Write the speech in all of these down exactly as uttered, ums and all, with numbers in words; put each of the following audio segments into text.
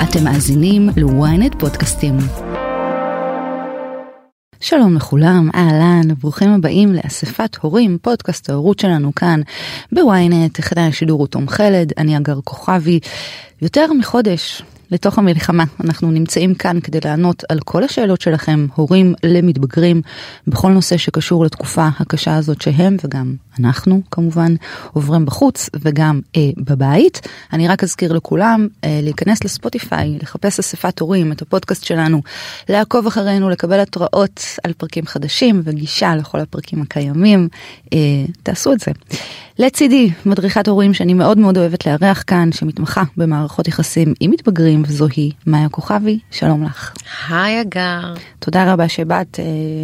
אתם מאזינים ל-ynet פודקאסטים. שלום לכולם, אהלן, ברוכים הבאים לאספת הורים, פודקאסט ההורות שלנו כאן ב-ynet, תחילת השידור הוא תום חלד, אני אגר כוכבי. יותר מחודש לתוך המלחמה, אנחנו נמצאים כאן כדי לענות על כל השאלות שלכם, הורים למתבגרים, בכל נושא שקשור לתקופה הקשה הזאת שהם וגם אנחנו כמובן עוברים בחוץ וגם אה, בבית. אני רק אזכיר לכולם אה, להיכנס לספוטיפיי, לחפש אספת הורים, את הפודקאסט שלנו, לעקוב אחרינו, לקבל התראות על פרקים חדשים וגישה לכל הפרקים הקיימים. אה, תעשו את זה. לצידי, מדריכת הורים שאני מאוד מאוד אוהבת לארח כאן, שמתמחה במערכות יחסים עם מתבגרים, וזוהי מאיה כוכבי. שלום לך. היי אגר. תודה רבה שבאת.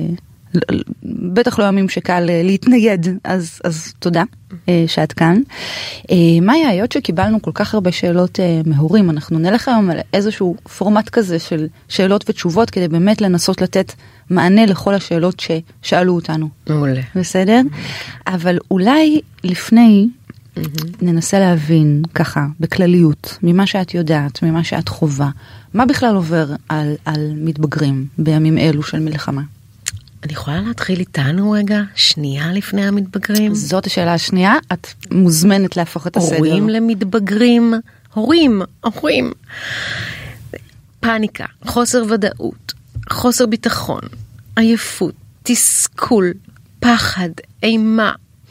בטח לא ימים שקל להתנייד, אז, אז תודה שאת כאן. מאיה, היות שקיבלנו כל כך הרבה שאלות מהורים, אנחנו נלך היום על איזשהו פורמט כזה של שאלות ותשובות, כדי באמת לנסות לתת מענה לכל השאלות ששאלו אותנו. מעולה. בסדר? אבל אולי לפני ננסה להבין ככה, בכלליות, ממה שאת יודעת, ממה שאת חובה, מה בכלל עובר על, על מתבגרים בימים אלו של מלחמה? אני יכולה להתחיל איתנו רגע, שנייה לפני המתבגרים? זאת השאלה השנייה, את מוזמנת להפוך את הסדר. הורים למתבגרים, הורים, הורים. פאניקה, חוסר ודאות, חוסר ביטחון, עייפות, תסכול, פחד, אימה,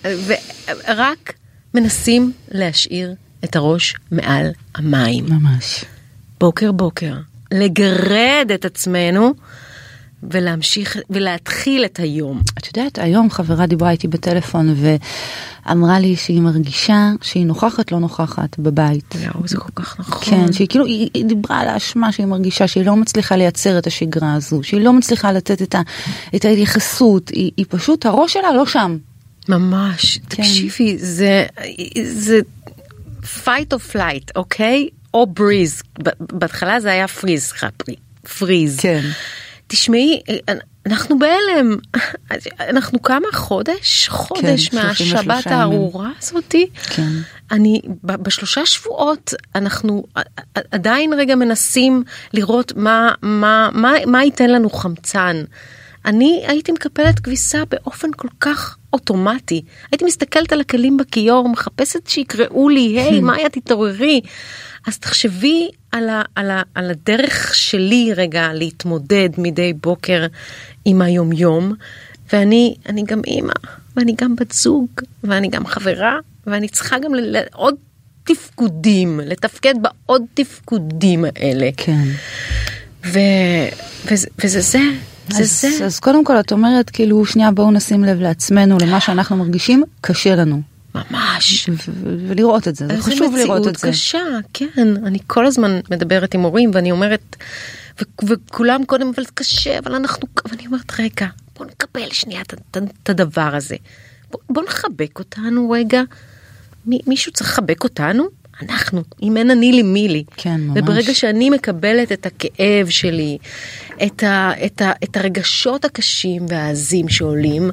ורק מנסים להשאיר את הראש מעל המים. ממש. בוקר בוקר, לגרד את עצמנו, ולהמשיך, ולהתחיל את היום. את יודעת, היום חברה דיברה איתי בטלפון, ואמרה לי שהיא מרגישה שהיא נוכחת, לא נוכחת בבית. יאו, זה כל כך נכון. כן, שהיא כאילו, היא, היא דיברה על האשמה שהיא מרגישה, שהיא לא מצליחה לייצר את השגרה הזו, שהיא לא מצליחה לתת את, ה, את ההתייחסות, היא, היא פשוט, הראש שלה לא שם. ממש, כן. תקשיבי, זה, זה fight or flight, אוקיי? או breeze. בהתחלה זה היה freeze, freeze. כן. תשמעי, אנחנו בהלם, אנחנו כמה חודש, חודש כן, מהשבת הארורה הזאתי, כן. אני, בשלושה שבועות, אנחנו עדיין רגע מנסים לראות מה, מה, מה, מה ייתן לנו חמצן. אני הייתי מקפלת כביסה באופן כל כך אוטומטי, הייתי מסתכלת על הכלים בכיור, מחפשת שיקראו לי, היי, מאיה תתעוררי, אז תחשבי על, ה, על, ה, על הדרך שלי רגע להתמודד מדי בוקר עם היום יום, ואני אני גם אימא, ואני גם בת זוג, ואני גם חברה, ואני צריכה גם לעוד תפקודים, לתפקד בעוד תפקודים האלה. כן. ו, וזה, וזה זה. אז, זה. אז קודם כל את אומרת, כאילו, שנייה בואו נשים לב לעצמנו, למה שאנחנו מרגישים, קשה לנו. ממש. ו- ו- ולראות את זה, זה חשוב לראות את זה. זה מציאות קשה, כן. אני כל הזמן מדברת עם הורים, ואני אומרת, ו- וכולם קודם, אבל זה קשה, אבל אנחנו, ואני אומרת, רגע, בוא נקבל שנייה את הדבר הזה. בוא, בוא נחבק אותנו רגע. מי, מישהו צריך לחבק אותנו? אנחנו, אם אין אני לי מי לי. כן, ממש. וברגע שאני מקבלת את הכאב שלי, את, ה, את, ה, את הרגשות הקשים והעזים שעולים,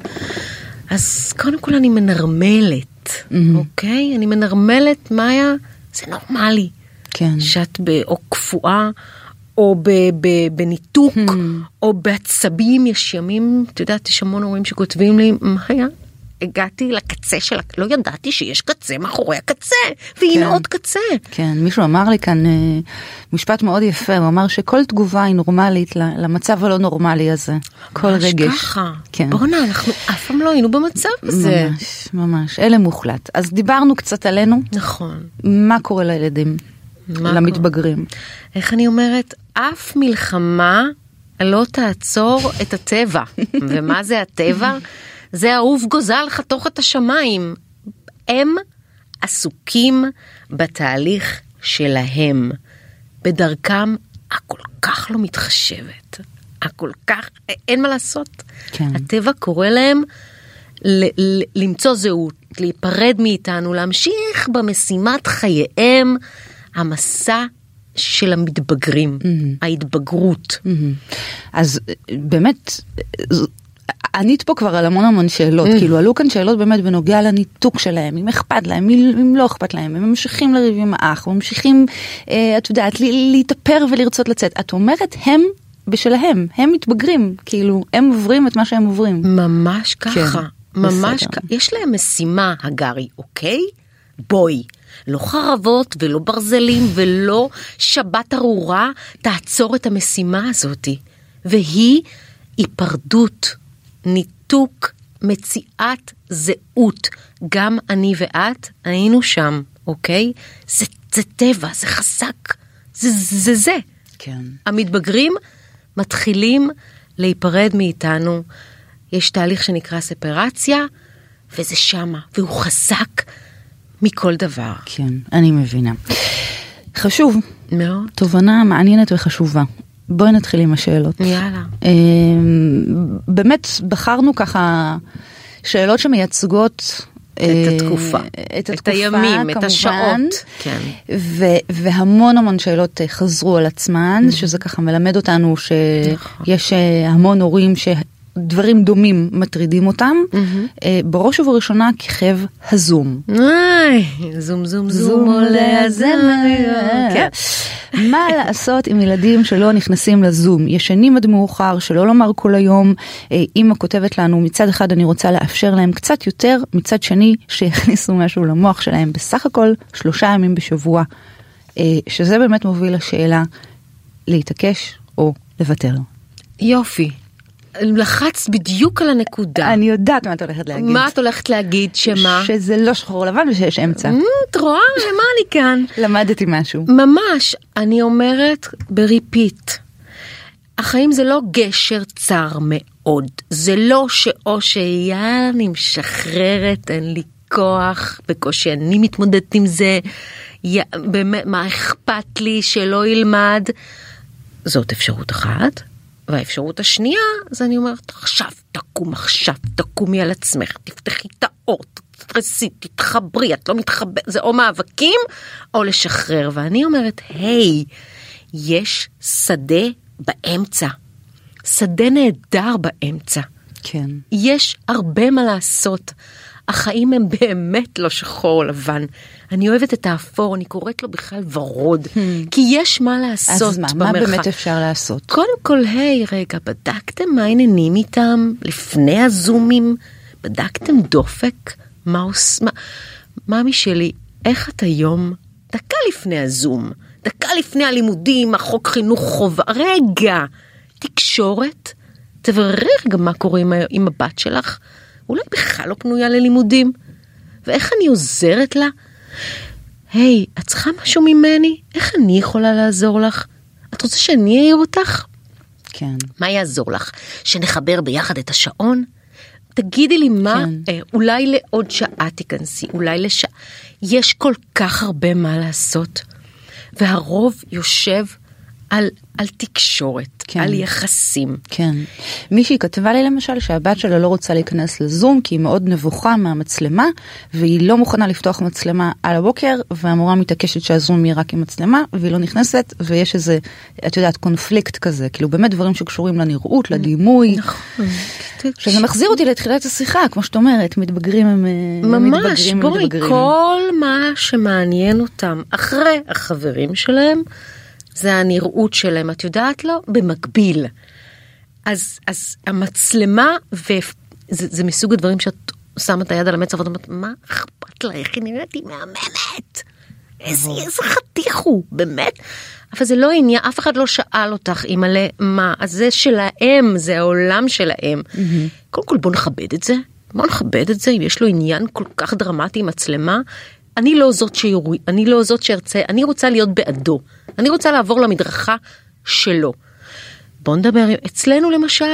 אז קודם כל אני מנרמלת, mm-hmm. אוקיי? אני מנרמלת, מאיה, זה נורמלי. כן. שאת ב, או קפואה, או ב, ב, בניתוק, mm-hmm. או בעצבים, יש ימים, את יודעת, יש המון הורים שכותבים לי, מאיה, הגעתי לקצה של, לא ידעתי שיש קצה מאחורי הקצה, והנה עוד קצה. כן, מישהו אמר לי כאן משפט מאוד יפה, הוא אמר שכל תגובה היא נורמלית למצב הלא נורמלי הזה. כל רגש. ממש ככה. בוא'נה, אנחנו אף פעם לא היינו במצב הזה. ממש, ממש, אלה מוחלט. אז דיברנו קצת עלינו. נכון. מה קורה לילדים? למתבגרים? איך אני אומרת? אף מלחמה לא תעצור את הטבע. ומה זה הטבע? זה אהוב גוזל חתוך את השמיים. הם עסוקים בתהליך שלהם, בדרכם הכל כך לא מתחשבת, הכל כך, אין מה לעשות. כן. הטבע קורא להם ל- ל- למצוא זהות, להיפרד מאיתנו, להמשיך במשימת חייהם, המסע של המתבגרים, mm-hmm. ההתבגרות. Mm-hmm. אז באמת, ענית פה כבר על המון המון שאלות, כאילו עלו כאן שאלות באמת בנוגע לניתוק שלהם, אם אכפת להם, אם לא אכפת להם, הם ממשיכים לריב עם האח, ממשיכים, את יודעת, להתאפר ולרצות לצאת. את אומרת, הם בשלהם, הם מתבגרים, כאילו, הם עוברים את מה שהם עוברים. ממש ככה, ממש ככה. יש להם משימה, הגרי, אוקיי? בואי. לא חרבות ולא ברזלים ולא שבת ארורה, תעצור את המשימה הזאת. והיא היפרדות, ניתוק, מציאת זהות. גם אני ואת היינו שם, אוקיי? זה, זה טבע, זה חזק, זה זה זה. כן. המתבגרים מתחילים להיפרד מאיתנו. יש תהליך שנקרא ספרציה, וזה שמה, והוא חזק מכל דבר. כן, אני מבינה. חשוב. מאוד. תובנה מעניינת וחשובה. בואי נתחיל עם השאלות. יאללה. באמת בחרנו ככה שאלות שמייצגות את התקופה, את התקופה, את הימים, את השעות. כן. והמון המון שאלות חזרו על עצמן, שזה ככה מלמד אותנו שיש המון הורים ש... דברים דומים מטרידים אותם, בראש ובראשונה כיכב הזום. זום זום זום עולה הזמר. מה לעשות עם ילדים שלא נכנסים לזום? ישנים עד מאוחר, שלא לומר כל היום. אמא כותבת לנו, מצד אחד אני רוצה לאפשר להם קצת יותר, מצד שני שיכניסו משהו למוח שלהם, בסך הכל שלושה ימים בשבוע, שזה באמת מוביל לשאלה להתעקש או לוותר. יופי. לחץ בדיוק על הנקודה. אני יודעת מה את הולכת להגיד. מה את הולכת להגיד? שמה? שזה לא שחור לבן ושיש אמצע. את רואה? למה אני כאן? למדתי משהו. ממש. אני אומרת בריפיט. החיים זה לא גשר צר מאוד. זה לא שאו שיאללה, אני משחררת, אין לי כוח, בקושי אני מתמודדת עם זה. באמת, מה אכפת לי שלא ילמד? זאת אפשרות אחת. והאפשרות השנייה, אז אני אומרת, עכשיו תקום, עכשיו תקומי על עצמך, תפתחי את האור, תתרסי, תתחברי, את לא מתחברת, זה או מאבקים או לשחרר. ואני אומרת, היי, יש שדה באמצע, שדה נהדר באמצע. כן. יש הרבה מה לעשות. החיים הם באמת לא שחור לבן. אני אוהבת את האפור, אני קוראת לו בכלל ורוד, כי יש מה לעשות אז מה, במרחב. מה באמת אפשר לעשות? קודם כל, היי, רגע, בדקתם מה העניינים איתם לפני הזומים? בדקתם דופק? מה עוש... מה, מה משלי, איך את היום? דקה לפני הזום, דקה לפני הלימודים, החוק חינוך חובה, רגע, תקשורת, תבררי רגע מה קורה עם, עם הבת שלך, אולי בכלל לא פנויה ללימודים, ואיך אני עוזרת לה? היי, את צריכה משהו ממני? איך אני יכולה לעזור לך? את רוצה שאני אעיר אותך? כן. מה יעזור לך? שנחבר ביחד את השעון? תגידי לי מה, כן. אה, אולי לעוד שעה תיכנסי, אולי לשעה. יש כל כך הרבה מה לעשות, והרוב יושב על, על תקשורת, כן. על יחסים. כן. מישהי כתבה לי למשל שהבת שלה לא רוצה להיכנס לזום, כי היא מאוד נבוכה מהמצלמה, והיא לא מוכנה לפתוח מצלמה על הבוקר, והמורה מתעקשת שהזום יהיה רק עם מצלמה, והיא לא נכנסת, ויש איזה, את יודעת, קונפליקט כזה, כאילו באמת דברים שקשורים לנראות, לדימוי. נכון. שזה מחזיר אותי לתחילת השיחה, כמו שאת אומרת, מתבגרים הם ממש, מתבגרים, בואי, מתבגרים. כל מה שמעניין אותם, אחרי החברים שלהם, זה הנראות שלהם, את יודעת לו? במקביל. אז, אז המצלמה, וזה, זה מסוג הדברים שאת שמה את היד על המצח, ואת אומרת, מה אכפת לה? איך היא נראית? היא מהממת. איזה, איזה חתיך הוא, באמת. אבל זה לא עניין, אף אחד לא שאל אותך, אימא'לה, מה? אז זה שלהם, זה העולם שלהם. קודם כל, בוא נכבד את זה. בוא נכבד את זה, אם יש לו עניין כל כך דרמטי עם מצלמה, אני לא זאת שיורי, אני לא זאת שארצה, אני רוצה להיות בעדו. אני רוצה לעבור למדרכה שלו. בוא נדבר, אצלנו למשל,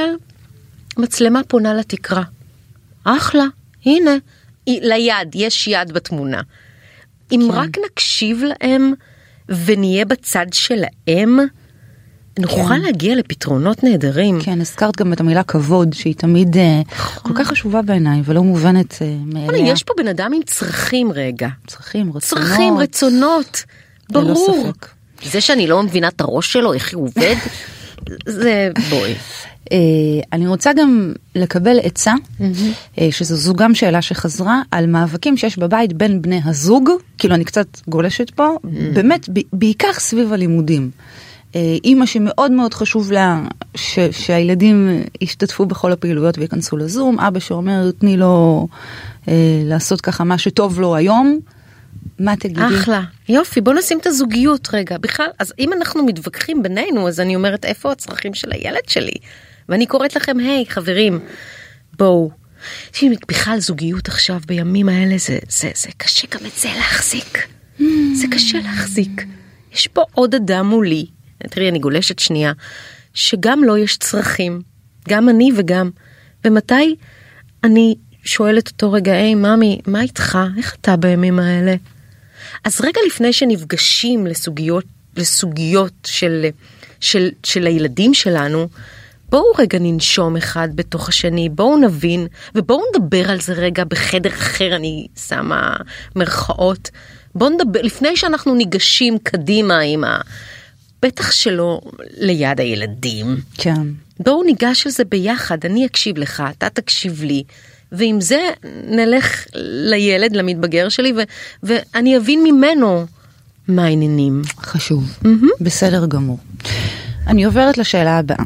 מצלמה פונה לתקרה. אחלה, הנה, ליד, יש יד בתמונה. אם רק נקשיב להם, ונהיה בצד שלהם, נוכל להגיע לפתרונות נהדרים. כן, הזכרת גם את המילה כבוד, שהיא תמיד כל כך חשובה בעיניי, ולא מובנת מאליה. יש פה בן אדם עם צרכים רגע. צרכים, רצונות. צרכים, רצונות. ברור. ללא ספק. זה שאני לא מבינה את הראש שלו, איך הוא עובד, זה בואי. אני רוצה גם לקבל עצה, שזו גם שאלה שחזרה, על מאבקים שיש בבית בין בני הזוג, כאילו אני קצת גולשת פה, באמת בעיקר סביב הלימודים. אימא שמאוד מאוד חשוב לה ש, שהילדים ישתתפו בכל הפעילויות ויכנסו לזום, אבא שאומר תני לו אה, לעשות ככה מה שטוב לו היום, מה תגידי? אחלה, יופי, בוא נשים את הזוגיות רגע, בכלל, אז אם אנחנו מתווכחים בינינו, אז אני אומרת איפה הצרכים של הילד שלי, ואני קוראת לכם, היי חברים, בואו, בכלל זוגיות עכשיו בימים האלה, זה, זה, זה קשה גם את זה להחזיק, זה קשה להחזיק, יש פה עוד אדם מולי, תראי, אני גולשת שנייה, שגם לא יש צרכים, גם אני וגם, ומתי אני שואלת אותו רגע, היי, ממי, מה איתך? איך אתה בימים האלה? אז רגע לפני שנפגשים לסוגיות, לסוגיות של, של, של הילדים שלנו, בואו רגע ננשום אחד בתוך השני, בואו נבין, ובואו נדבר על זה רגע בחדר אחר, אני שמה מרכאות, בואו נדבר, לפני שאנחנו ניגשים קדימה עם ה... בטח שלא ליד הילדים. כן. בואו ניגש על זה ביחד, אני אקשיב לך, אתה תקשיב לי, ועם זה נלך לילד, למתבגר שלי, ו- ואני אבין ממנו מה העניינים. חשוב. Mm-hmm. בסדר גמור. אני עוברת לשאלה הבאה.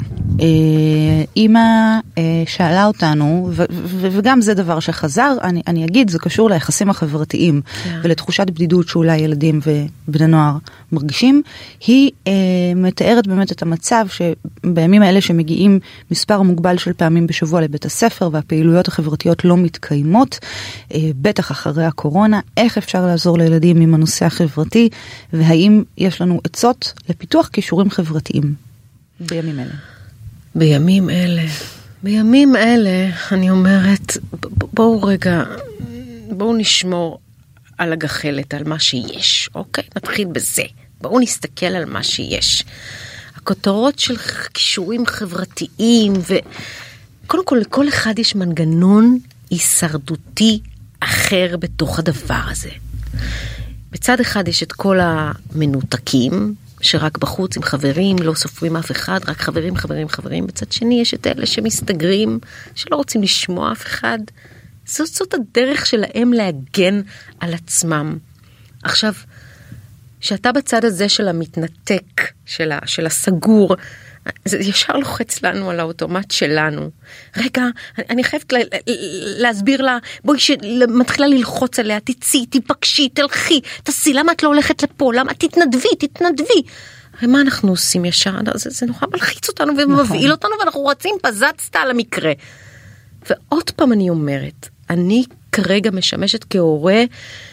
אמא שאלה אותנו, וגם זה דבר שחזר, אני, אני אגיד, זה קשור ליחסים החברתיים, yeah. ולתחושת בדידות שאולי ילדים ובני נוער מרגישים, היא אה, מתארת באמת את המצב שבימים האלה שמגיעים מספר מוגבל של פעמים בשבוע לבית הספר, והפעילויות החברתיות לא מתקיימות, אה, בטח אחרי הקורונה, איך אפשר לעזור לילדים עם הנושא החברתי, והאם יש לנו עצות לפיתוח כישורים חברתיים בימים אלה. בימים אלה, בימים אלה, אני אומרת, בואו רגע, בואו נשמור על הגחלת, על מה שיש, אוקיי? נתחיל בזה. בואו נסתכל על מה שיש. הכותרות של כישורים חברתיים, וקודם כל, לכל אחד יש מנגנון הישרדותי אחר בתוך הדבר הזה. בצד אחד יש את כל המנותקים, שרק בחוץ עם חברים, לא סופרים אף אחד, רק חברים, חברים, חברים. בצד שני יש את אלה שמסתגרים, שלא רוצים לשמוע אף אחד. זאת, זאת הדרך שלהם להגן על עצמם. עכשיו, שאתה בצד הזה של המתנתק, של, ה, של הסגור, זה ישר לוחץ לנו על האוטומט שלנו. רגע, אני חייבת לה, להסביר לה, בואי שמתחילה ללחוץ עליה, תצאי, תיפגשי, תלכי, תעשי, למה את לא הולכת לפה? למה? תתנדבי, תתנדבי. הרי מה אנחנו עושים ישר? זה, זה נורא מלחיץ אותנו ומבעיל אותנו, ואנחנו רצים פזצת על המקרה. ועוד פעם אני אומרת, אני כרגע משמשת כהורה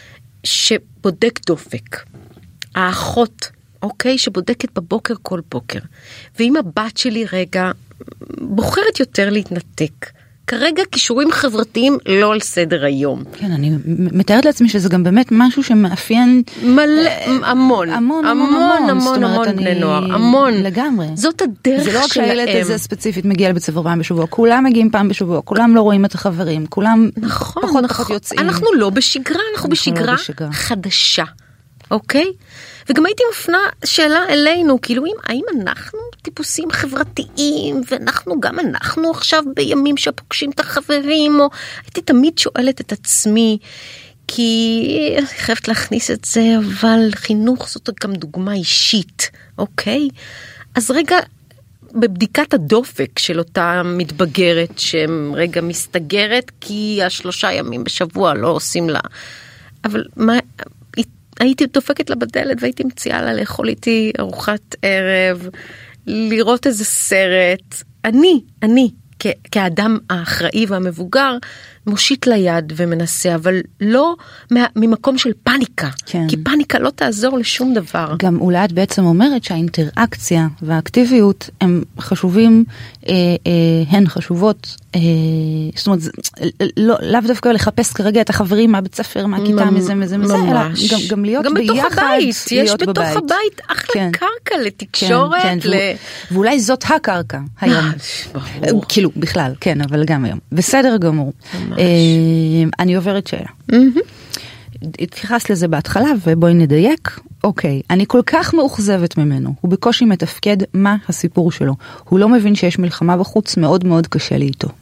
שבודק דופק. האחות, אוקיי, שבודקת בבוקר כל בוקר. ואם הבת שלי רגע בוחרת יותר להתנתק, כרגע כישורים חברתיים לא על סדר היום. כן, אני מתארת לעצמי שזה גם באמת משהו שמאפיין מלא, המון, המון, המון, המון, המון בני נוער, המון. לגמרי. זאת הדרך שלהם. זה לא רק שהילד הזה ספציפית מגיע לבית ספר פעם בשבוע, כולם מגיעים פעם בשבוע, כולם לא רואים את החברים, כולם פחות פחות יוצאים. אנחנו לא בשגרה, אנחנו בשגרה חדשה. אוקיי? וגם הייתי מפנה שאלה אלינו, כאילו, האם אנחנו טיפוסים חברתיים, ואנחנו, גם אנחנו עכשיו בימים שפוגשים את החברים, או הייתי תמיד שואלת את עצמי, כי אני חייבת להכניס את זה, אבל חינוך זאת גם דוגמה אישית, אוקיי? אז רגע, בבדיקת הדופק של אותה מתבגרת, שרגע מסתגרת, כי השלושה ימים בשבוע לא עושים לה. אבל מה... הייתי דופקת לה בדלת והייתי מציעה לה לאכול איתי ארוחת ערב, לראות איזה סרט. אני, אני, כ- כאדם האחראי והמבוגר, מושיט ליד ומנסה, אבל לא ממקום של פאניקה. כן. כי פאניקה לא תעזור לשום דבר. גם אולי את בעצם אומרת שהאינטראקציה והאקטיביות הם חשובים, אה, אה, הן חשובות, אה, זאת אומרת, לא, לאו דווקא לחפש כרגע את החברים מהבית ספר, מהכיתה, ממ, מזה, מזה, מזה, אלא גם, גם להיות גם ביחד. בתוך הבית, יש בתוך בבית. הבית אחלה כן. קרקע לתקשורת. כן, כן, ל... ו... ואולי זאת הקרקע היום. ברור. כאילו, בכלל, כן, אבל גם היום. בסדר גמור. אני עוברת שאלה. התייחס לזה בהתחלה, ובואי נדייק. אוקיי, אני כל כך מאוכזבת ממנו, הוא בקושי מתפקד, מה הסיפור שלו? הוא לא מבין שיש מלחמה בחוץ, מאוד מאוד קשה לי איתו.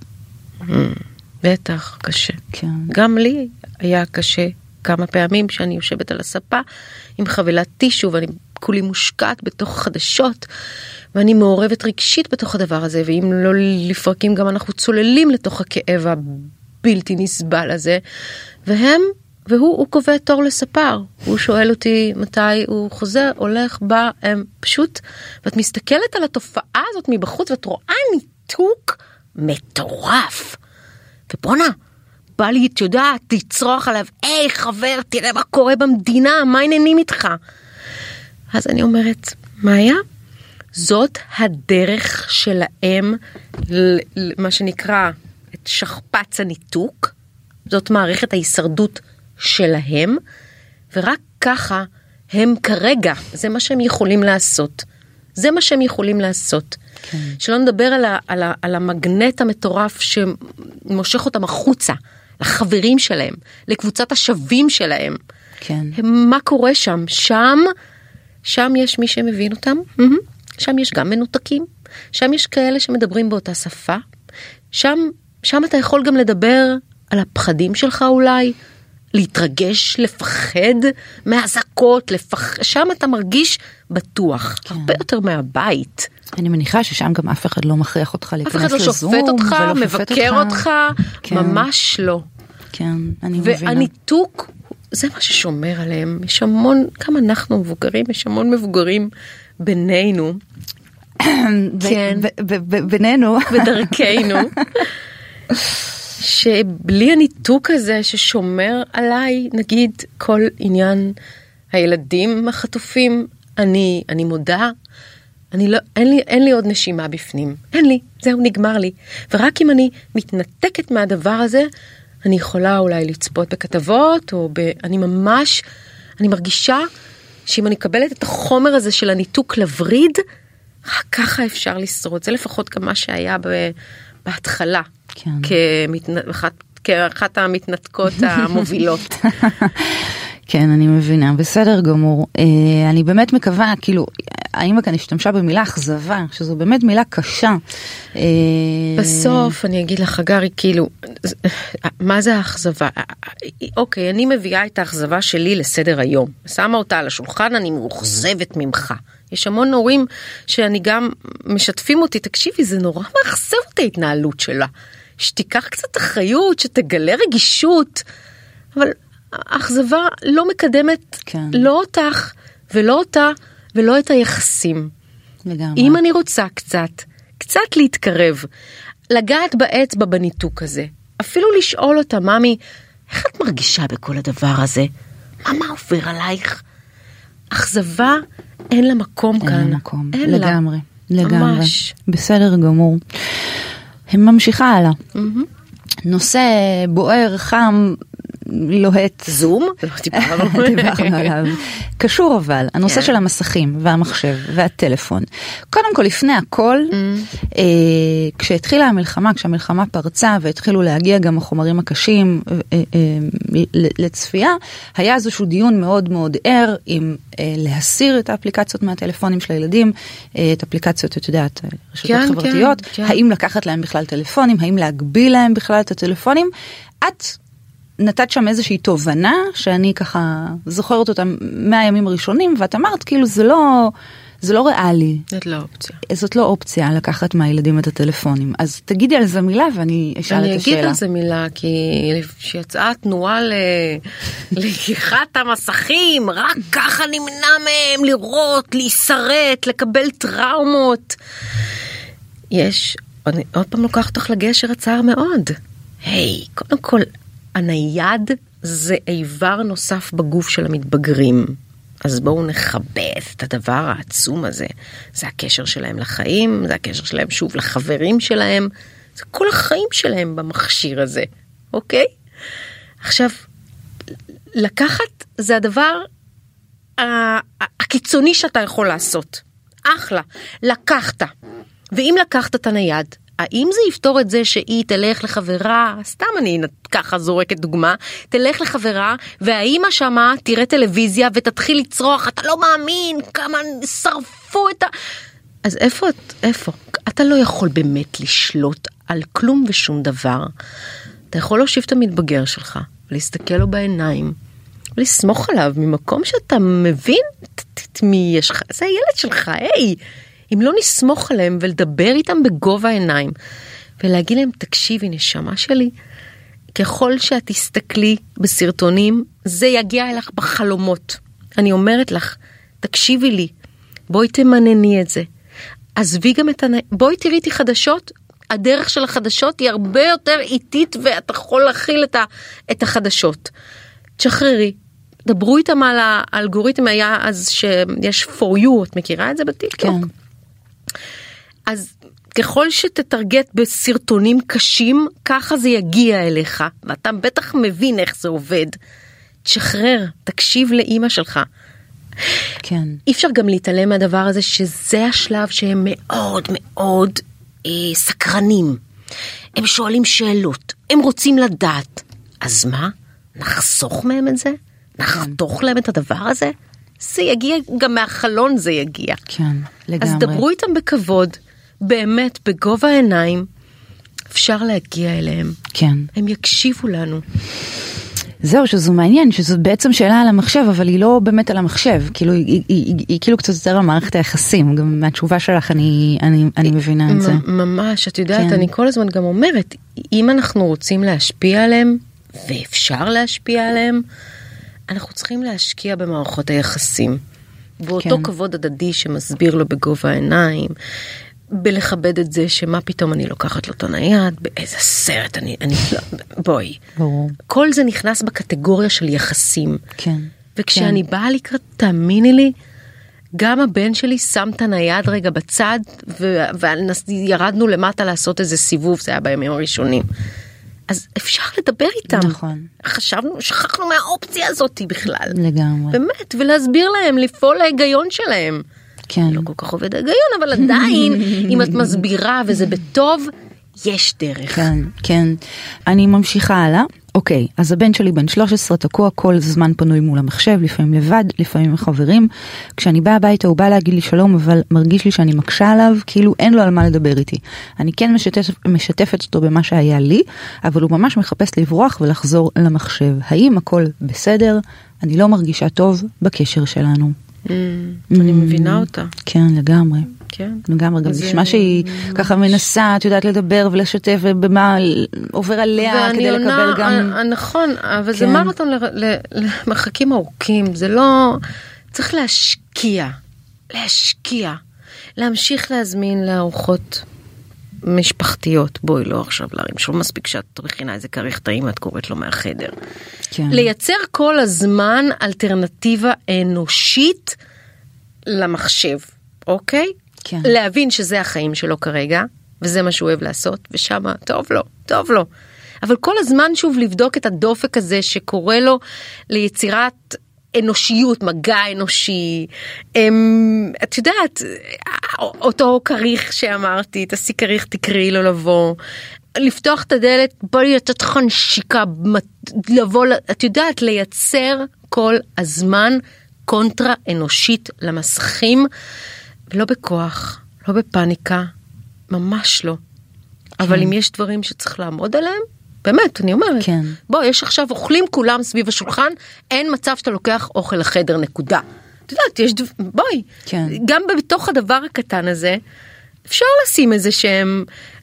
בטח, קשה. כן. גם לי היה קשה כמה פעמים שאני יושבת על הספה עם חבילת טישו ואני כולי מושקעת בתוך חדשות ואני מעורבת רגשית בתוך הדבר הזה, ואם לא לפרקים גם אנחנו צוללים לתוך הכאב הבלתי נסבל הזה, והם, והוא, הוא קובע תור לספר, הוא שואל אותי מתי הוא חוזר, הולך, בא, הם פשוט, ואת מסתכלת על התופעה הזאת מבחוץ ואת רואה ניתוק מטורף. ובונה, בא לי, את יודעת, לצרוח עליו, היי חבר, תראה מה קורה במדינה, מה העניינים איתך? אז אני אומרת, מה היה? זאת הדרך שלהם, מה שנקרא, את שכפץ הניתוק, זאת מערכת ההישרדות שלהם, ורק ככה הם כרגע, זה מה שהם יכולים לעשות. זה מה שהם יכולים לעשות. כן. שלא נדבר על, ה, על, ה, על המגנט המטורף שמושך אותם החוצה, לחברים שלהם, לקבוצת השווים שלהם. כן. מה קורה שם? שם, שם יש מי שמבין אותם, שם יש גם מנותקים, שם יש כאלה שמדברים באותה שפה, שם, שם אתה יכול גם לדבר על הפחדים שלך אולי, להתרגש, לפחד מהזקות, לפח... שם אתה מרגיש בטוח, כן. הרבה יותר מהבית. אני מניחה ששם גם אף אחד לא מכריח אותך להיכנס לזום. אף אחד לא שופט אותך, מבקר אותך, כן. ממש לא. כן, אני מבינה. והניתוק, זה מה ששומר עליהם. יש המון, כמה אנחנו מבוגרים, יש המון מבוגרים בינינו. כן. בינינו. בדרכנו. שבלי הניתוק הזה ששומר עליי, נגיד כל עניין הילדים החטופים, אני, אני מודה, אני לא, אין לי, אין לי עוד נשימה בפנים. אין לי, זהו נגמר לי. ורק אם אני מתנתקת מהדבר הזה, אני יכולה אולי לצפות בכתבות, או ב, אני ממש, אני מרגישה שאם אני מקבלת את החומר הזה של הניתוק לבריד, רק ככה אפשר לשרוד. זה לפחות גם מה שהיה ב, בהתחלה. כן. כמתנ... כאחת המתנתקות המובילות. כן, אני מבינה, בסדר גמור. אני באמת מקווה, כאילו, האמא כאן השתמשה במילה אכזבה, שזו באמת מילה קשה. בסוף אני אגיד לך, גרי, כאילו, מה זה האכזבה? אוקיי, אני מביאה את האכזבה שלי לסדר היום. שמה אותה על השולחן, אני מאוכזבת ממך. יש המון הורים שאני גם משתפים אותי, תקשיבי, זה נורא מאכזב אותי ההתנהלות שלה. שתיקח קצת אחריות, שתגלה רגישות, אבל האכזבה לא מקדמת, כן. לא אותך ולא אותה ולא את היחסים. לגמרי. אם אני רוצה קצת, קצת להתקרב, לגעת באצבע בניתוק הזה, אפילו לשאול אותה, ממי, איך את מרגישה בכל הדבר הזה? מה מה עובר עלייך? אכזבה אין לה מקום כאן. אין לה מקום, אין לגמרי, לה. לגמרי. ממש. בסדר גמור. הם ממשיכה הלאה. Mm-hmm. נושא בוער, חם, לוהט. זום? לא דיברנו. דיברנו עליו. קשור אבל, הנושא yeah. של המסכים והמחשב והטלפון. קודם כל, לפני הכל, mm-hmm. אה, כשהתחילה המלחמה, כשהמלחמה פרצה והתחילו להגיע גם החומרים הקשים אה, אה, לצפייה, היה איזשהו דיון מאוד מאוד ער עם אה, להסיר את האפליקציות מהטלפונים של הילדים, אה, את אפליקציות, את יודעת, רשתות כן, חברתיות, כן, כן. האם לקחת להם בכלל טלפונים, האם להגביל להם בכלל את הטלפונים. את נתת שם איזושהי תובנה, שאני ככה זוכרת אותה מהימים הראשונים, ואת אמרת, כאילו, זה לא, זה לא ריאלי. זאת לא אופציה. זאת לא אופציה לקחת מהילדים את הטלפונים. אז תגידי על זה מילה, ואני אשאל את השאלה. אני אגיד על זה מילה, כי שיצאה תנועה ללקיחת המסכים, רק ככה נמנע מהם לראות, להישרט, לקבל טראומות. יש, אני עוד פעם לוקח אותך לגשר הצער מאוד. היי, קודם כל, הנייד זה איבר נוסף בגוף של המתבגרים. אז בואו נכבד את הדבר העצום הזה. זה הקשר שלהם לחיים, זה הקשר שלהם שוב לחברים שלהם, זה כל החיים שלהם במכשיר הזה, אוקיי? עכשיו, לקחת זה הדבר הקיצוני שאתה יכול לעשות. אחלה, לקחת. ואם לקחת את הנייד, האם זה יפתור את זה שהיא תלך לחברה, סתם אני ככה זורקת דוגמה, תלך לחברה והאימא שמה תראה טלוויזיה ותתחיל לצרוח, אתה לא מאמין כמה שרפו את ה... אז איפה, איפה? אתה לא יכול באמת לשלוט על כלום ושום דבר. אתה יכול להושיב את המתבגר שלך, להסתכל לו בעיניים, ולסמוך עליו ממקום שאתה מבין את מי יש לך, זה הילד שלך, היי! אם לא נסמוך עליהם ולדבר איתם בגובה העיניים, ולהגיד להם, תקשיבי נשמה שלי, ככל שאת תסתכלי בסרטונים, זה יגיע אליך בחלומות. אני אומרת לך, תקשיבי לי, בואי תמנני את זה. עזבי גם את הנ... בואי תראי איתי חדשות, הדרך של החדשות היא הרבה יותר איטית, ואתה יכול להכיל את, ה... את החדשות. תשחררי, דברו איתם על האלגוריתם, היה אז שיש for you, את מכירה את זה בטיקטוק? כן. אז ככל שתתרגט בסרטונים קשים, ככה זה יגיע אליך, ואתה בטח מבין איך זה עובד. תשחרר, תקשיב לאמא שלך. כן. אי אפשר גם להתעלם מהדבר הזה, שזה השלב שהם מאוד מאוד אה, סקרנים. הם שואלים שאלות, הם רוצים לדעת. אז מה? נחסוך מהם את זה? נחתוך להם את הדבר הזה? זה יגיע, גם מהחלון זה יגיע. כן, לגמרי. אז דברו איתם בכבוד, באמת, בגובה העיניים, אפשר להגיע אליהם. כן. הם יקשיבו לנו. זהו, שזו מעניין, שזו בעצם שאלה על המחשב, אבל היא לא באמת על המחשב, כאילו, היא, היא, היא, היא, היא כאילו קצת יותר על מערכת היחסים, גם מהתשובה שלך אני, אני, אני מבינה את זה. ממש, את יודעת, כן. אני כל הזמן גם אומרת, אם אנחנו רוצים להשפיע עליהם, ואפשר להשפיע עליהם, אנחנו צריכים להשקיע במערכות היחסים. באותו כן. כבוד הדדי שמסביר לו בגובה העיניים, בלכבד את זה שמה פתאום אני לוקחת לו את הנייד, באיזה סרט אני, אני בואי. ברור. כל זה נכנס בקטגוריה של יחסים. כן. וכשאני כן. באה לקראת, תאמיני לי, גם הבן שלי שם את הנייד רגע בצד, וירדנו למטה לעשות איזה סיבוב, זה היה בימים הראשונים. אז אפשר לדבר איתם. נכון. חשבנו, שכחנו מהאופציה הזאת בכלל. לגמרי. באמת, ולהסביר להם, לפעול להיגיון שלהם. כן. לא כל כך עובד ההיגיון, אבל עדיין, אם את מסבירה וזה בטוב, יש דרך. כן, כן. אני ממשיכה הלאה. אוקיי, אז הבן שלי בן שלוש עשרה תקוע כל זמן פנוי מול המחשב, לפעמים לבד, לפעמים עם חברים. כשאני באה הביתה הוא בא להגיד לי שלום, אבל מרגיש לי שאני מקשה עליו, כאילו אין לו על מה לדבר איתי. אני כן משתף, משתפת אותו במה שהיה לי, אבל הוא ממש מחפש לברוח ולחזור למחשב. האם הכל בסדר? אני לא מרגישה טוב בקשר שלנו. Mm, אני מבינה אותה. כן, לגמרי. כן. לגמרי, גם נשמע שהיא ככה מנסה, את יודעת, לדבר ולשתף במה עובר עליה כדי לקבל גם... נכון, אבל זה מרתון למרחקים ארוכים, זה לא... צריך להשקיע, להשקיע, להמשיך להזמין לארוחות משפחתיות, בואי לא עכשיו להרים, שלא מספיק שאת מכינה איזה כריך טעים, את קוראת לו מהחדר. כן. לייצר כל הזמן אלטרנטיבה אנושית למחשב, אוקיי? כן. להבין שזה החיים שלו כרגע, וזה מה שהוא אוהב לעשות, ושם טוב לו, טוב לו. אבל כל הזמן שוב לבדוק את הדופק הזה שקורה לו ליצירת אנושיות, מגע אנושי. את יודעת, אותו כריך שאמרתי, תעשי כריך, תקראי לו לבוא. לפתוח את הדלת, בוא לי לתת חנשיקה, לבוא, את יודעת, לייצר כל הזמן קונטרה אנושית למסכים, ולא בכוח, לא בפניקה, ממש לא. אבל אם יש דברים שצריך לעמוד עליהם, באמת, אני אומרת, כן. בוא, יש עכשיו אוכלים כולם סביב השולחן, אין מצב שאתה לוקח אוכל לחדר, נקודה. את יודעת, יש, בואי, כן. גם בתוך הדבר הקטן הזה, אפשר לשים איזה שהם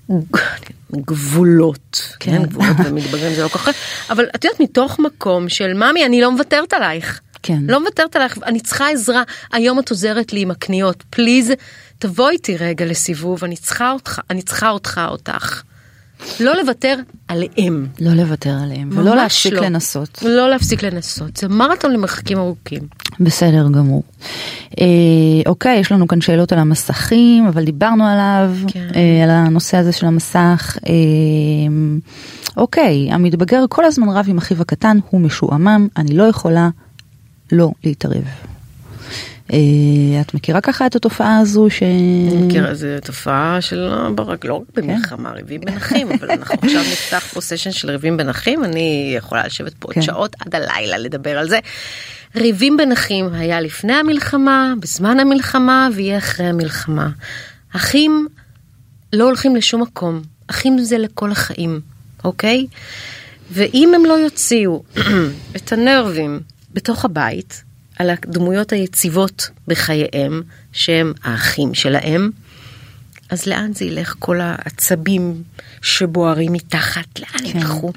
גבולות, כן, כן גבולות ומתבגרים, זה לא ככה, אבל את יודעת, מתוך מקום של, ממי, אני לא מוותרת עלייך. כן. לא מוותרת עלייך, אני צריכה עזרה, היום את עוזרת לי עם הקניות, פליז, תבוא איתי רגע לסיבוב, אני צריכה אותך, אני צריכה אותך, אותך. לא לוותר עליהם. לא לוותר עליהם, ולא להפסיק לא. לנסות. לא להפסיק לנסות, זה מרתון למרחקים ארוכים. בסדר גמור. אה, אוקיי, יש לנו כאן שאלות על המסכים, אבל דיברנו עליו, כן. אה, על הנושא הזה של המסך. אה, אוקיי, המתבגר כל הזמן רב עם אחיו הקטן, הוא משועמם, אני לא יכולה לא להתערב. את מכירה ככה את התופעה הזו ש... אני מכירה, זו תופעה של ברק, לא רק במלחמה, ריבים בין אחים, אבל אנחנו עכשיו נפתח פה סשן של ריבים בין אחים, אני יכולה לשבת פה עוד שעות עד הלילה לדבר על זה. ריבים בין אחים היה לפני המלחמה, בזמן המלחמה, ויהיה אחרי המלחמה. אחים לא הולכים לשום מקום, אחים זה לכל החיים, אוקיי? ואם הם לא יוציאו את הנרבים בתוך הבית, על הדמויות היציבות בחייהם, שהם האחים שלהם, אז לאן זה ילך כל העצבים שבוערים מתחת, לאן כן. ילכו?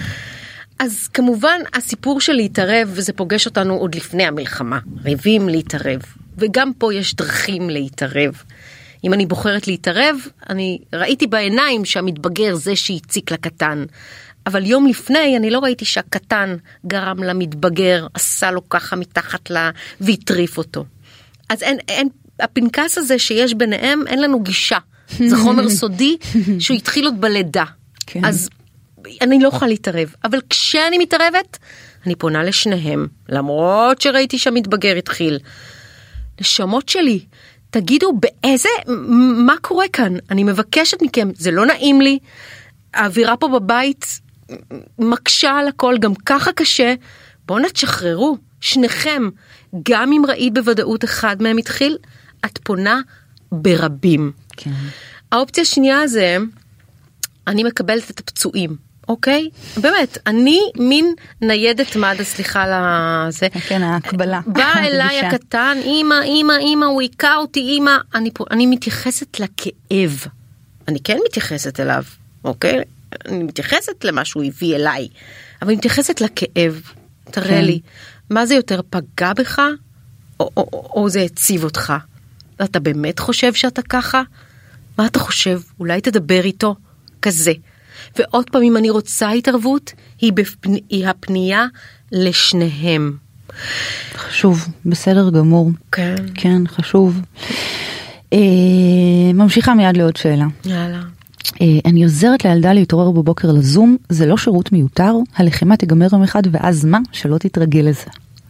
אז כמובן הסיפור של להתערב, וזה פוגש אותנו עוד לפני המלחמה, ריבים להתערב, וגם פה יש דרכים להתערב. אם אני בוחרת להתערב, אני ראיתי בעיניים שהמתבגר זה שהציק לקטן, אבל יום לפני אני לא ראיתי שהקטן גרם למתבגר, עשה לו ככה מתחת לה והטריף אותו. אז אין, אין, הפנקס הזה שיש ביניהם, אין לנו גישה. זה חומר סודי שהוא התחיל עוד בלידה. כן. אז אני לא יכולה להתערב. אבל כשאני מתערבת, אני פונה לשניהם, למרות שראיתי שהמתבגר התחיל. נשמות שלי, תגידו באיזה, מה קורה כאן? אני מבקשת מכם, זה לא נעים לי. האווירה פה בבית מקשה על הכל, גם ככה קשה. בואו נתשחררו, שניכם. גם אם ראית בוודאות אחד מהם התחיל, את פונה ברבים. כן. האופציה השנייה זה, אני מקבלת את הפצועים, אוקיי? באמת, אני מין ניידת מד"א, סליחה לזה. כן, ההקבלה. בא אליי הקטן, אמא, אמא, אמא, הוא עיקה אותי, אמא. אני, אני מתייחסת לכאב. אני כן מתייחסת אליו, אוקיי? אני מתייחסת למה שהוא הביא אליי, אבל אני מתייחסת לכאב. תראה כן. לי, מה זה יותר פגע בך, או, או, או, או זה הציב אותך? אתה באמת חושב שאתה ככה? מה אתה חושב? אולי תדבר איתו כזה. ועוד פעם, אם אני רוצה התערבות, היא, בפני, היא הפנייה לשניהם. חשוב, בסדר גמור. כן. כן, חשוב. אה, ממשיכה מיד לעוד שאלה. יאללה. אה, אני עוזרת לילדה להתעורר בבוקר לזום, זה לא שירות מיותר, הלחימה תיגמר יום אחד, ואז מה? שלא תתרגל לזה.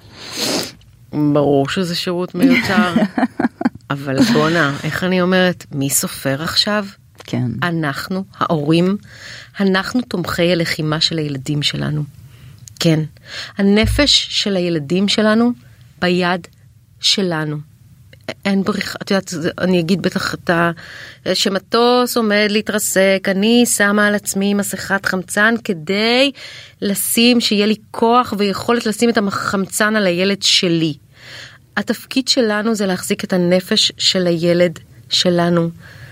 ברור שזה שירות מיותר. אבל בונה, איך אני אומרת, מי סופר עכשיו? כן. אנחנו, ההורים, אנחנו תומכי הלחימה של הילדים שלנו. כן. הנפש של הילדים שלנו ביד שלנו. אין בריחה, את יודעת, אני אגיד בטח את ה... שמטוס עומד להתרסק, אני שמה על עצמי מסכת חמצן כדי לשים, שיהיה לי כוח ויכולת לשים את החמצן על הילד שלי. התפקיד שלנו זה להחזיק את הנפש של הילד שלנו.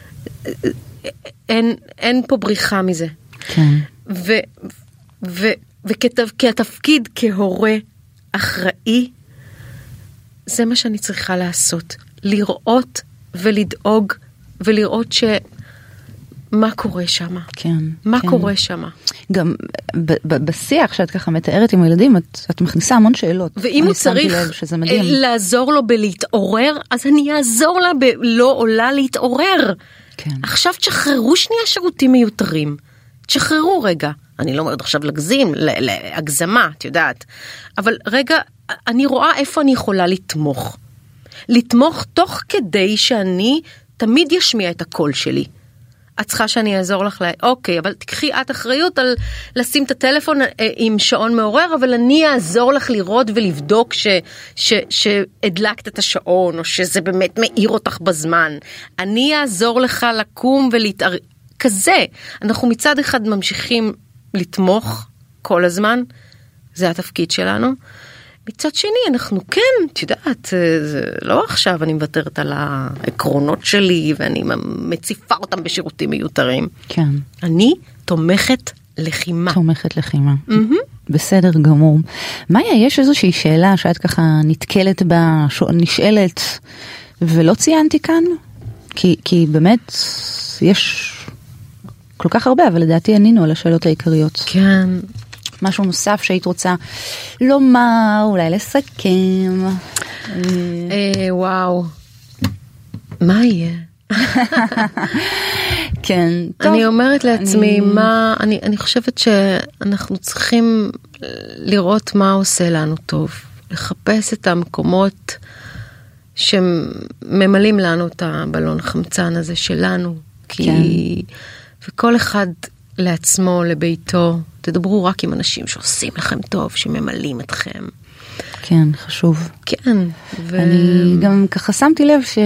אין, אין פה בריחה מזה. כן. ו, ו, וכתפקיד כהורה אחראי, זה מה שאני צריכה לעשות. לראות ולדאוג ולראות ש... מה קורה שם? כן. מה כן. קורה שם? גם ב- ב- בשיח שאת ככה מתארת עם הילדים, את, את מכניסה המון שאלות. ואם הוא צריך לעזור לו בלהתעורר, אז אני אעזור לה בלא עולה להתעורר. כן. עכשיו תשחררו שנייה שירותים מיותרים. תשחררו רגע. אני לא אומרת עכשיו לגזים, להגזמה, את יודעת. אבל רגע, אני רואה איפה אני יכולה לתמוך. לתמוך תוך כדי שאני תמיד ישמיע את הקול שלי. את צריכה שאני אעזור לך, לה... אוקיי, אבל תקחי את אחריות על לשים את הטלפון עם שעון מעורר, אבל אני אעזור לך לראות ולבדוק ש... ש... שהדלקת את השעון, או שזה באמת מאיר אותך בזמן. אני אעזור לך לקום ולהתער... כזה. אנחנו מצד אחד ממשיכים לתמוך כל הזמן, זה התפקיד שלנו. מצד שני, אנחנו כן, את יודעת, זה לא עכשיו אני מוותרת על העקרונות שלי, ואני מציפה אותם בשירותים מיותרים. כן. אני תומכת לחימה. תומכת לחימה. Mm-hmm. בסדר גמור. מאיה, יש איזושהי שאלה שאת ככה נתקלת בה, נשאלת, ולא ציינתי כאן? כי, כי באמת, יש כל כך הרבה, אבל לדעתי ענינו על השאלות העיקריות. כן. משהו נוסף שהיית רוצה לומר, אולי לסכם. אה, וואו. מה יהיה? כן, טוב. אני אומרת לעצמי, מה, אני, אני חושבת שאנחנו צריכים לראות מה עושה לנו טוב. לחפש את המקומות שממלאים לנו את הבלון חמצן הזה שלנו, כי כן. וכל אחד לעצמו, לביתו, תדברו רק עם אנשים שעושים לכם טוב, שממלאים אתכם. כן, חשוב. כן. ו... אני גם ככה שמתי לב ש...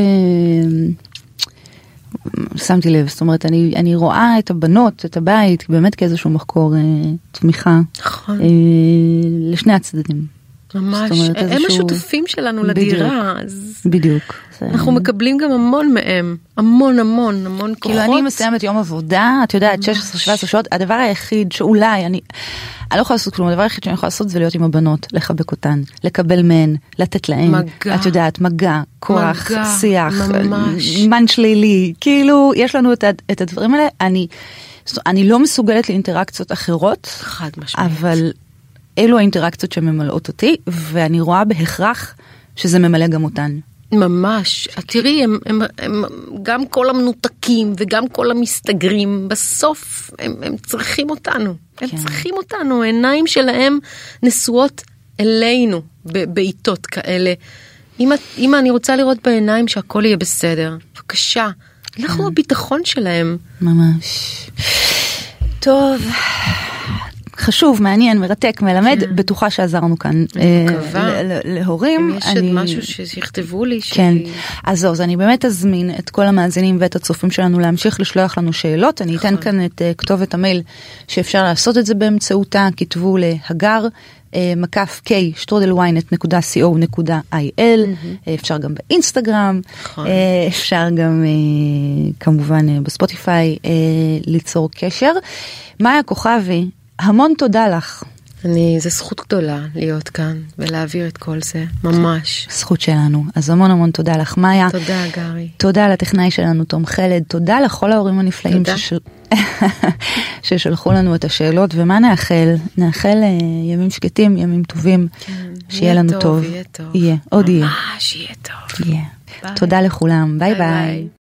שמתי לב, זאת אומרת, אני, אני רואה את הבנות, את הבית, באמת כאיזשהו מחקור אה, תמיכה. נכון. אה, לשני הצדדים. ממש, אומרת, הם איזשהו... השותפים שלנו לדירה. בדיוק. אז... בדיוק. אנחנו זה... מקבלים גם המון מהם, המון המון, המון כוחות. כאילו אני מסיימת יום עבודה, את יודעת, שש עשרה שבע עשרה שעות, הדבר היחיד שאולי, אני, אני לא יכולה לעשות כלום, הדבר היחיד שאני יכולה לעשות זה להיות עם הבנות, לחבק אותן, לקבל מהן, לתת להן, מגע. את יודעת, מגע, כוח, מגע, שיח, ממש. מן שלילי, כאילו, יש לנו את, את הדברים האלה, אני, אני לא מסוגלת לאינטראקציות אחרות, חד משמעית. אבל אלו האינטראקציות שממלאות אותי, ואני רואה בהכרח שזה ממלא גם אותן. ממש. תראי, הם, הם, הם, גם כל המנותקים וגם כל המסתגרים, בסוף הם, הם צריכים אותנו. הם כן. צריכים אותנו. העיניים שלהם נשואות אלינו בעיתות כאלה. אם, אם אני רוצה לראות בעיניים שהכל יהיה בסדר, בבקשה. כן. אנחנו הביטחון שלהם. ממש. טוב. חשוב, מעניין, מרתק, מלמד, כן. בטוחה שעזרנו כאן להורים. אם יש אני... משהו שיכתבו לי. כן, שלי... אז זהו, אז אני באמת אזמין את כל המאזינים ואת הצופים שלנו להמשיך לשלוח לנו שאלות. אני אתן כאן את כתובת המייל שאפשר לעשות את זה באמצעותה, כתבו להגר, מקף K, שטרודל וויינט נקודה סי או נקודה איי אל, אפשר גם באינסטגרם, אפשר גם כמובן בספוטיפיי ליצור קשר. מאיה כוכבי, המון תודה לך. אני, זה זכות גדולה להיות כאן ולהעביר את כל זה, ממש. זכות שלנו. אז המון המון תודה לך, מאיה. תודה, גרי. תודה לטכנאי שלנו, תום חלד. תודה לכל ההורים הנפלאים ששל... ששלחו לנו את השאלות, ומה נאחל? נאחל ימים שקטים, ימים טובים, כן, שיהיה לנו טוב. טוב. יהיה טוב. יהיה, עוד יהיה. ממש יהיה טוב. יהיה. תודה לכולם, ביי ביי. ביי.